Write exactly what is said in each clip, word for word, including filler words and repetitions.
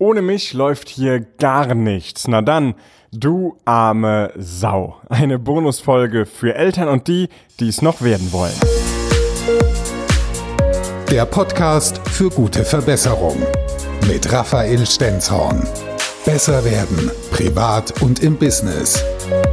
Ohne mich läuft hier gar nichts. Na dann, du arme Sau. Eine Bonusfolge für Eltern und die, die es noch werden wollen. Der Podcast für gute Verbesserung mit Raphael Stenzhorn. Besser werden, privat und im Business.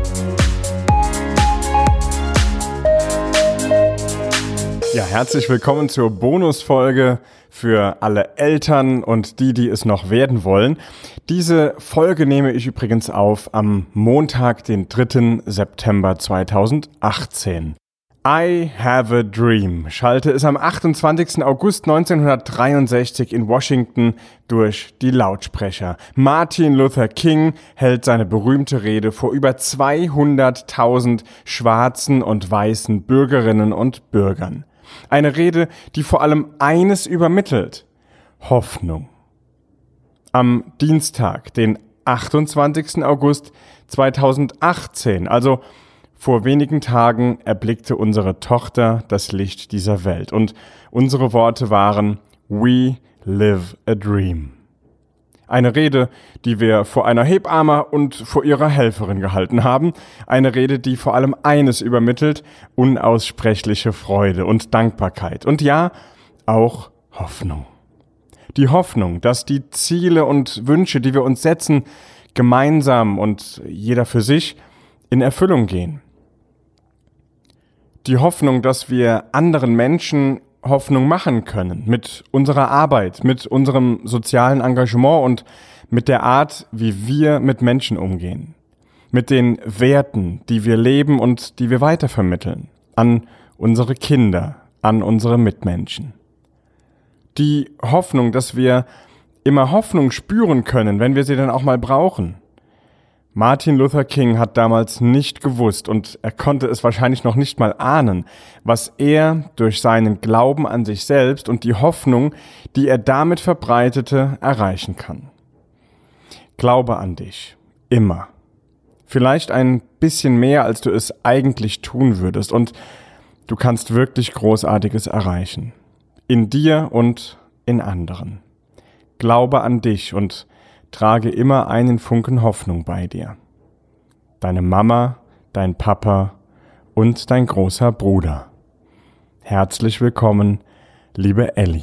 Ja, herzlich willkommen zur Bonusfolge für alle Eltern und die, die es noch werden wollen. Diese Folge nehme ich übrigens auf am Montag, den dritten September zweitausendachtzehn. I have a dream schallte es am achtundzwanzigsten August neunzehnhundertdreiundsechzig in Washington durch die Lautsprecher. Martin Luther King hält seine berühmte Rede vor über zweihunderttausend schwarzen und weißen Bürgerinnen und Bürgern. Eine Rede, die vor allem eines übermittelt: Hoffnung. Am Dienstag, den achtundzwanzigsten August zweitausendachtzehn, also vor wenigen Tagen, erblickte unsere Tochter das Licht dieser Welt. Und unsere Worte waren: We live a dream. Eine Rede, die wir vor einer Hebamme und vor ihrer Helferin gehalten haben. Eine Rede, die vor allem eines übermittelt: unaussprechliche Freude und Dankbarkeit. Und ja, auch Hoffnung. Die Hoffnung, dass die Ziele und Wünsche, die wir uns setzen, gemeinsam und jeder für sich in Erfüllung gehen. Die Hoffnung, dass wir anderen Menschen Hoffnung machen können mit unserer Arbeit, mit unserem sozialen Engagement und mit der Art, wie wir mit Menschen umgehen. Mit den Werten, die wir leben und die wir weitervermitteln an unsere Kinder, an unsere Mitmenschen. Die Hoffnung, dass wir immer Hoffnung spüren können, wenn wir sie dann auch mal brauchen. Martin Luther King hat damals nicht gewusst und er konnte es wahrscheinlich noch nicht mal ahnen, was er durch seinen Glauben an sich selbst und die Hoffnung, die er damit verbreitete, erreichen kann. Glaube an dich. Immer. Vielleicht ein bisschen mehr, als du es eigentlich tun würdest, und du kannst wirklich Großartiges erreichen. In dir und in anderen. Glaube an dich und trage immer einen Funken Hoffnung bei dir. Deine Mama, dein Papa und dein großer Bruder. Herzlich willkommen, liebe Elli.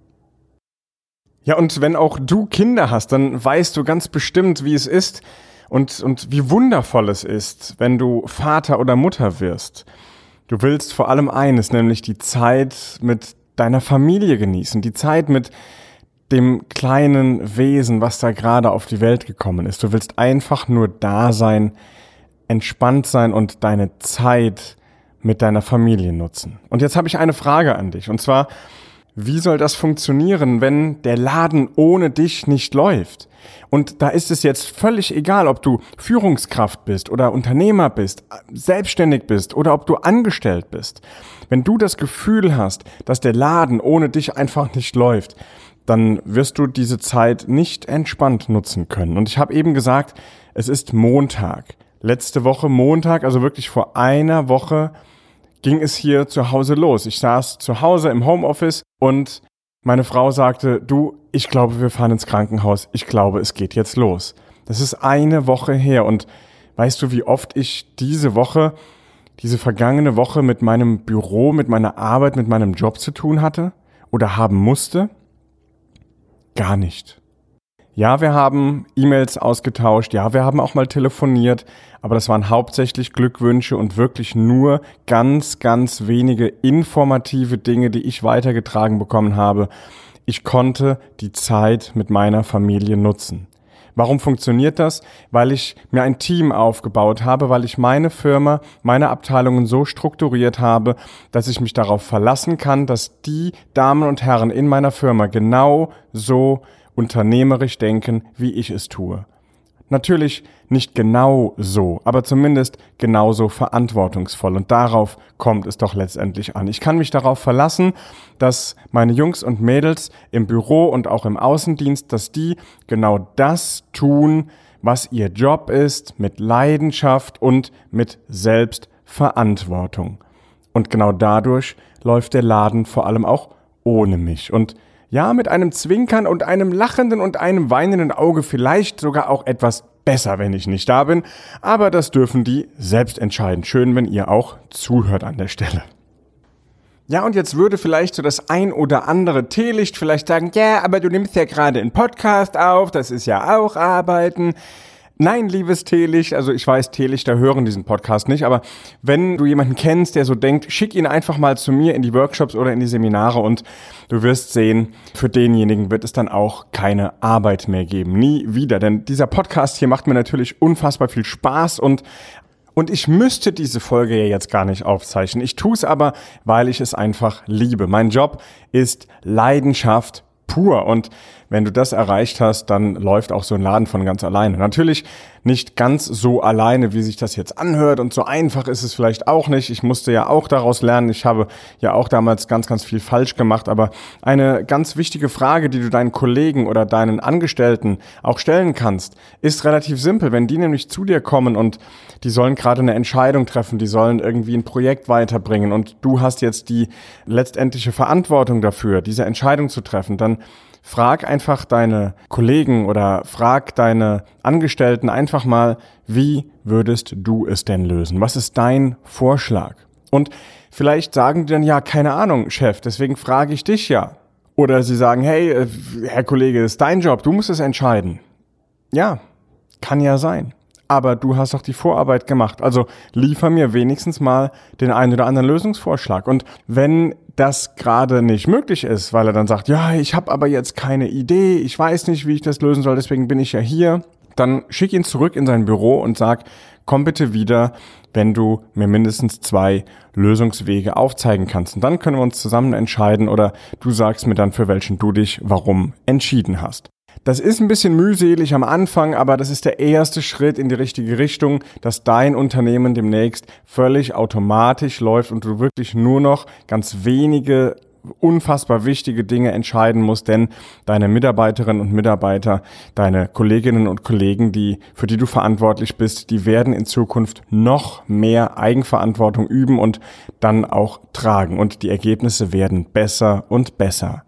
Ja, und wenn auch du Kinder hast, dann weißt du ganz bestimmt, wie es ist und, und wie wundervoll es ist, wenn du Vater oder Mutter wirst. Du willst vor allem eines, nämlich die Zeit mit deiner Familie genießen, die Zeit mit dem kleinen Wesen, was da gerade auf die Welt gekommen ist. Du willst einfach nur da sein, entspannt sein und deine Zeit mit deiner Familie nutzen. Und jetzt habe ich eine Frage an dich, und zwar: Wie soll das funktionieren, wenn der Laden ohne dich nicht läuft? Und da ist es jetzt völlig egal, ob du Führungskraft bist oder Unternehmer bist, selbstständig bist oder ob du angestellt bist. Wenn du das Gefühl hast, dass der Laden ohne dich einfach nicht läuft, dann wirst du diese Zeit nicht entspannt nutzen können. Und ich habe eben gesagt, es ist Montag. Letzte Woche Montag, also wirklich vor einer Woche, ging es hier zu Hause los. Ich saß zu Hause im Homeoffice und meine Frau sagte: Du, ich glaube, wir fahren ins Krankenhaus. Ich glaube, es geht jetzt los. Das ist eine Woche her. Und weißt du, wie oft ich diese Woche, diese vergangene Woche mit meinem Büro, mit meiner Arbeit, mit meinem Job zu tun hatte oder haben musste? Gar nicht. Ja, wir haben E-Mails ausgetauscht, ja, wir haben auch mal telefoniert, aber das waren hauptsächlich Glückwünsche und wirklich nur ganz, ganz wenige informative Dinge, die ich weitergetragen bekommen habe. Ich konnte die Zeit mit meiner Familie nutzen. Warum funktioniert das? Weil ich mir ein Team aufgebaut habe, weil ich meine Firma, meine Abteilungen so strukturiert habe, dass ich mich darauf verlassen kann, dass die Damen und Herren in meiner Firma genau so unternehmerisch denken, wie ich es tue. Natürlich nicht genau so, aber zumindest genauso verantwortungsvoll. Und darauf kommt es doch letztendlich an. Ich kann mich darauf verlassen, dass meine Jungs und Mädels im Büro und auch im Außendienst, dass die genau das tun, was ihr Job ist, mit Leidenschaft und mit Selbstverantwortung. Und genau dadurch läuft der Laden vor allem auch ohne mich. Und Ja, mit einem Zwinkern und einem lachenden und einem weinenden Auge, vielleicht sogar auch etwas besser, wenn ich nicht da bin. Aber das dürfen die selbst entscheiden. Schön, wenn ihr auch zuhört an der Stelle. Ja, und jetzt würde vielleicht so das ein oder andere Teelicht vielleicht sagen, ja, aber du nimmst ja gerade einen Podcast auf, das ist ja auch Arbeiten. Nein, liebes Teelicht, also ich weiß, Teelichter hören diesen Podcast nicht, aber wenn du jemanden kennst, der so denkt, schick ihn einfach mal zu mir in die Workshops oder in die Seminare und du wirst sehen, für denjenigen wird es dann auch keine Arbeit mehr geben. Nie wieder, denn dieser Podcast hier macht mir natürlich unfassbar viel Spaß und Und ich müsste diese Folge ja jetzt gar nicht aufzeichnen. Ich tue es aber, weil ich es einfach liebe. Mein Job ist Leidenschaft pur. Und wenn du das erreicht hast, dann läuft auch so ein Laden von ganz alleine. Natürlich nicht ganz so alleine, wie sich das jetzt anhört. Und so einfach ist es vielleicht auch nicht. Ich musste ja auch daraus lernen. Ich habe ja auch damals ganz, ganz viel falsch gemacht. Aber eine ganz wichtige Frage, die du deinen Kollegen oder deinen Angestellten auch stellen kannst, ist relativ simpel. Wenn die nämlich zu dir kommen und die sollen gerade eine Entscheidung treffen, die sollen irgendwie ein Projekt weiterbringen und du hast jetzt die letztendliche Verantwortung dafür, diese Entscheidung zu treffen, dann frag einfach deine Kollegen oder frag deine Angestellten einfach mal, wie würdest du es denn lösen? Was ist dein Vorschlag? Und vielleicht sagen die dann, ja, keine Ahnung, Chef, deswegen frage ich dich ja. Oder sie sagen, hey, Herr Kollege, das ist dein Job, du musst es entscheiden. Ja, kann ja sein. Aber du hast doch die Vorarbeit gemacht. Also liefer mir wenigstens mal den einen oder anderen Lösungsvorschlag. Und wenn das gerade nicht möglich ist, weil er dann sagt, ja, ich habe aber jetzt keine Idee, ich weiß nicht, wie ich das lösen soll, deswegen bin ich ja hier, dann schick ihn zurück in sein Büro und sag, komm bitte wieder, wenn du mir mindestens zwei Lösungswege aufzeigen kannst. Und dann können wir uns zusammen entscheiden oder du sagst mir dann, für welchen du dich warum entschieden hast. Das ist ein bisschen mühselig am Anfang, aber das ist der erste Schritt in die richtige Richtung, dass dein Unternehmen demnächst völlig automatisch läuft und du wirklich nur noch ganz wenige unfassbar wichtige Dinge entscheiden musst, denn deine Mitarbeiterinnen und Mitarbeiter, deine Kolleginnen und Kollegen, die, für die du verantwortlich bist, die werden in Zukunft noch mehr Eigenverantwortung üben und dann auch tragen und die Ergebnisse werden besser und besser.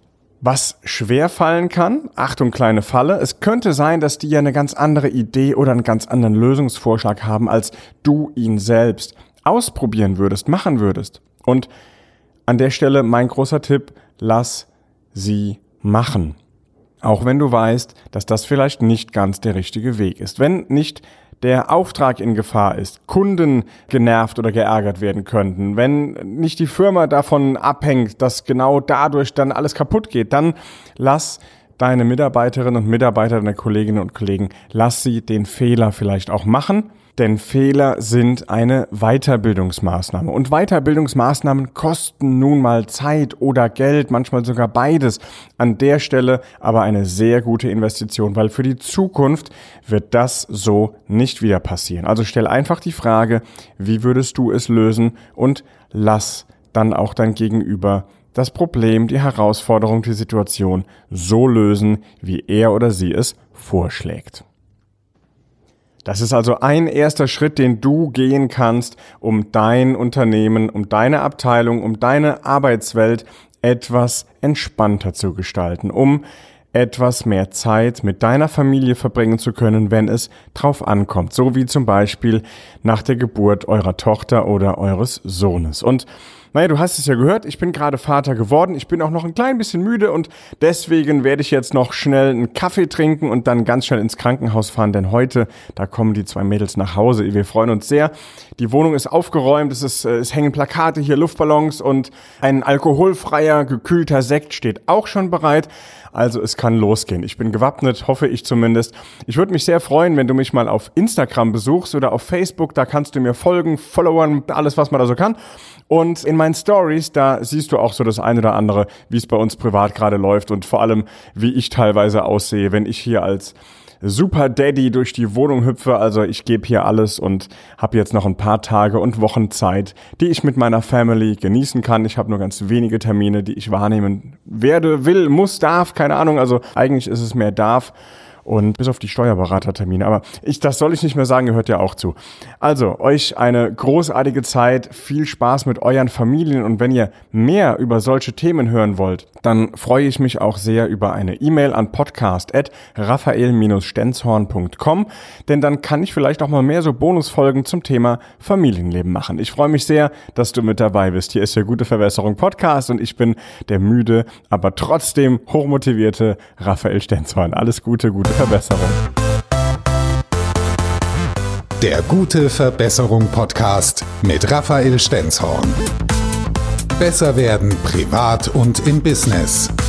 Was schwer fallen kann, Achtung, kleine Falle, es könnte sein, dass die ja eine ganz andere Idee oder einen ganz anderen Lösungsvorschlag haben, als du ihn selbst ausprobieren würdest, machen würdest. Und an der Stelle mein großer Tipp, lass sie machen. Auch wenn du weißt, dass das vielleicht nicht ganz der richtige Weg ist. Wenn nicht der Auftrag in Gefahr ist, Kunden genervt oder geärgert werden könnten, wenn nicht die Firma davon abhängt, dass genau dadurch dann alles kaputt geht, dann lass deine Mitarbeiterinnen und Mitarbeiter, deine Kolleginnen und Kollegen, lass sie den Fehler vielleicht auch machen, denn Fehler sind eine Weiterbildungsmaßnahme. Und Weiterbildungsmaßnahmen kosten nun mal Zeit oder Geld, manchmal sogar beides. An der Stelle aber eine sehr gute Investition, weil für die Zukunft wird das so nicht wieder passieren. Also stell einfach die Frage, wie würdest du es lösen und lass dann auch dein Gegenüber das Problem, die Herausforderung, die Situation so lösen, wie er oder sie es vorschlägt. Das ist also ein erster Schritt, den du gehen kannst, um dein Unternehmen, um deine Abteilung, um deine Arbeitswelt etwas entspannter zu gestalten, um etwas mehr Zeit mit deiner Familie verbringen zu können, wenn es drauf ankommt. So wie zum Beispiel nach der Geburt eurer Tochter oder eures Sohnes. Und naja, du hast es ja gehört, ich bin gerade Vater geworden, ich bin auch noch ein klein bisschen müde und deswegen werde ich jetzt noch schnell einen Kaffee trinken und dann ganz schnell ins Krankenhaus fahren, denn heute, da kommen die zwei Mädels nach Hause. Wir freuen uns sehr. Die Wohnung ist aufgeräumt, es, ist, es hängen Plakate, hier Luftballons und ein alkoholfreier, gekühlter Sekt steht auch schon bereit. Also es kann losgehen. Ich bin gewappnet, hoffe ich zumindest. Ich würde mich sehr freuen, wenn du mich mal auf Instagram besuchst oder auf Facebook. Da kannst du mir folgen, followern, alles, was man da so kann. Und in meinen Stories, da siehst du auch so das eine oder andere, wie es bei uns privat gerade läuft und vor allem, wie ich teilweise aussehe, wenn ich hier als Super Daddy durch die Wohnung hüpfe. Also ich gebe hier alles und habe jetzt noch ein paar Tage und Wochen Zeit, die ich mit meiner Family genießen kann. Ich habe nur ganz wenige Termine, die ich wahrnehmen werde, will, muss, darf, keine Ahnung. Also eigentlich ist es mehr darf. und bis auf die Steuerberatertermine. Aber ich, das soll ich nicht mehr sagen, gehört ja auch zu. Also, euch eine großartige Zeit, viel Spaß mit euren Familien und wenn ihr mehr über solche Themen hören wollt, dann freue ich mich auch sehr über eine E-Mail an podcast at raphael dash stenzhorn punkt com, denn dann kann ich vielleicht auch mal mehr so Bonusfolgen zum Thema Familienleben machen. Ich freue mich sehr, dass du mit dabei bist. Hier ist der Gute Verbesserung Podcast und ich bin der müde, aber trotzdem hochmotivierte Raphael Stenzhorn. Alles Gute, gute Verbesserung. Der Gute Verbesserung Podcast mit Raphael Stenzhorn. Besser werden privat und im Business.